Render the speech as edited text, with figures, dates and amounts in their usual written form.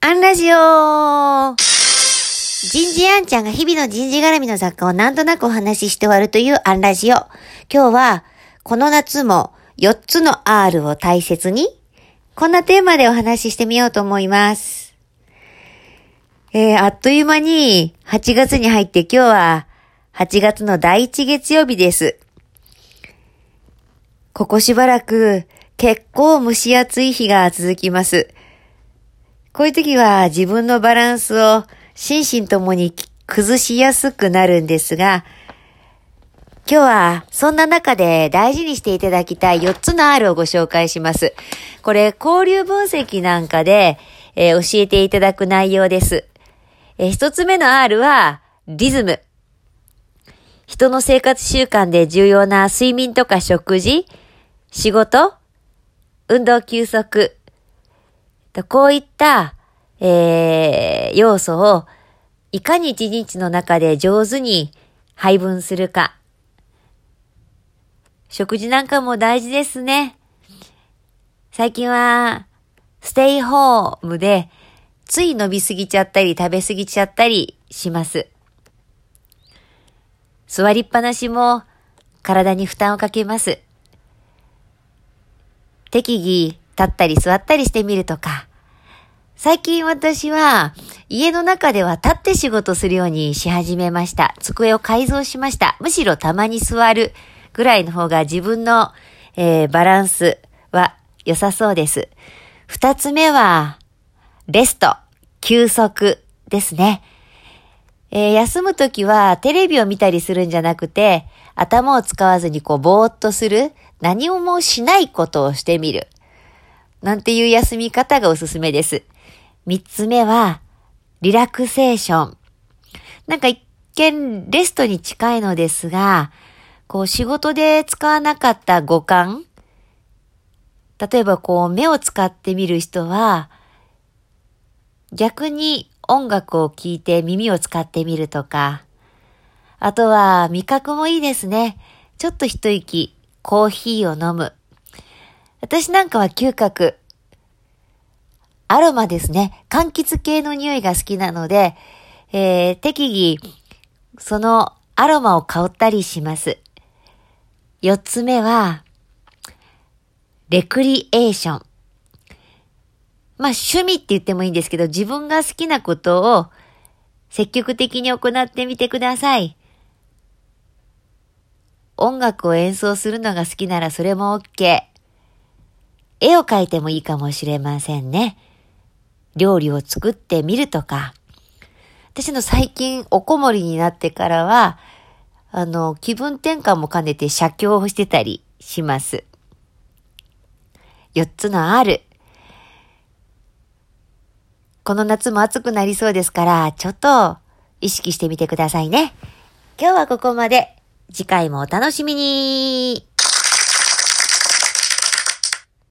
アンラジオ人事アンちゃんが日々の人事絡みの雑貨をなんとなくお話しして終わるというアンラジオ。今日はこの夏も4つの R を大切に、こんなテーマでお話ししてみようと思います。あっという間に8月に入って今日は8月の第1月曜日です。ここしばらく結構蒸し暑い日が続きます。こういう時は自分のバランスを心身ともに崩しやすくなるんですが、今日はそんな中で大事にしていただきたい4つの R をご紹介します。これ交流分析なんかで、教えていただく内容です。1つ目の R はリズム。人の生活習慣で重要な睡眠とか食事、仕事、運動休息、こういった、要素をいかに一日の中で上手に配分するか。食事なんかも大事ですね。最近はステイホームでつい伸びすぎちゃったり食べすぎちゃったりします。座りっぱなしも体に負担をかけます。適宜立ったり座ったりしてみるとか。最近私は家の中では立って仕事するようにし始めました。机を改造しました。むしろたまに座るぐらいの方が自分の、バランスは良さそうです。二つ目はレスト、休息ですね。休むときはテレビを見たりするんじゃなくて、頭を使わずにぼーっとする、何もしないことをしてみる。なんていう休み方がおすすめです。三つ目は、リラクセーション。なんか一見レストに近いのですが、仕事で使わなかった五感。例えば目を使ってみる人は、逆に音楽を聴いて耳を使ってみるとか、あとは味覚もいいですね。ちょっと一息、コーヒーを飲む。私なんかは嗅覚。アロマですね。柑橘系の匂いが好きなので、適宜、そのアロマを香ったりします。四つ目は、レクリエーション。趣味って言ってもいいんですけど、自分が好きなことを積極的に行ってみてください。音楽を演奏するのが好きならそれも OK。絵を描いてもいいかもしれませんね。料理を作ってみるとか。私の最近おこもりになってからは、気分転換も兼ねて写経をしてたりします。4つの R。この夏も暑くなりそうですから、ちょっと意識してみてくださいね。今日はここまで。次回もお楽しみに。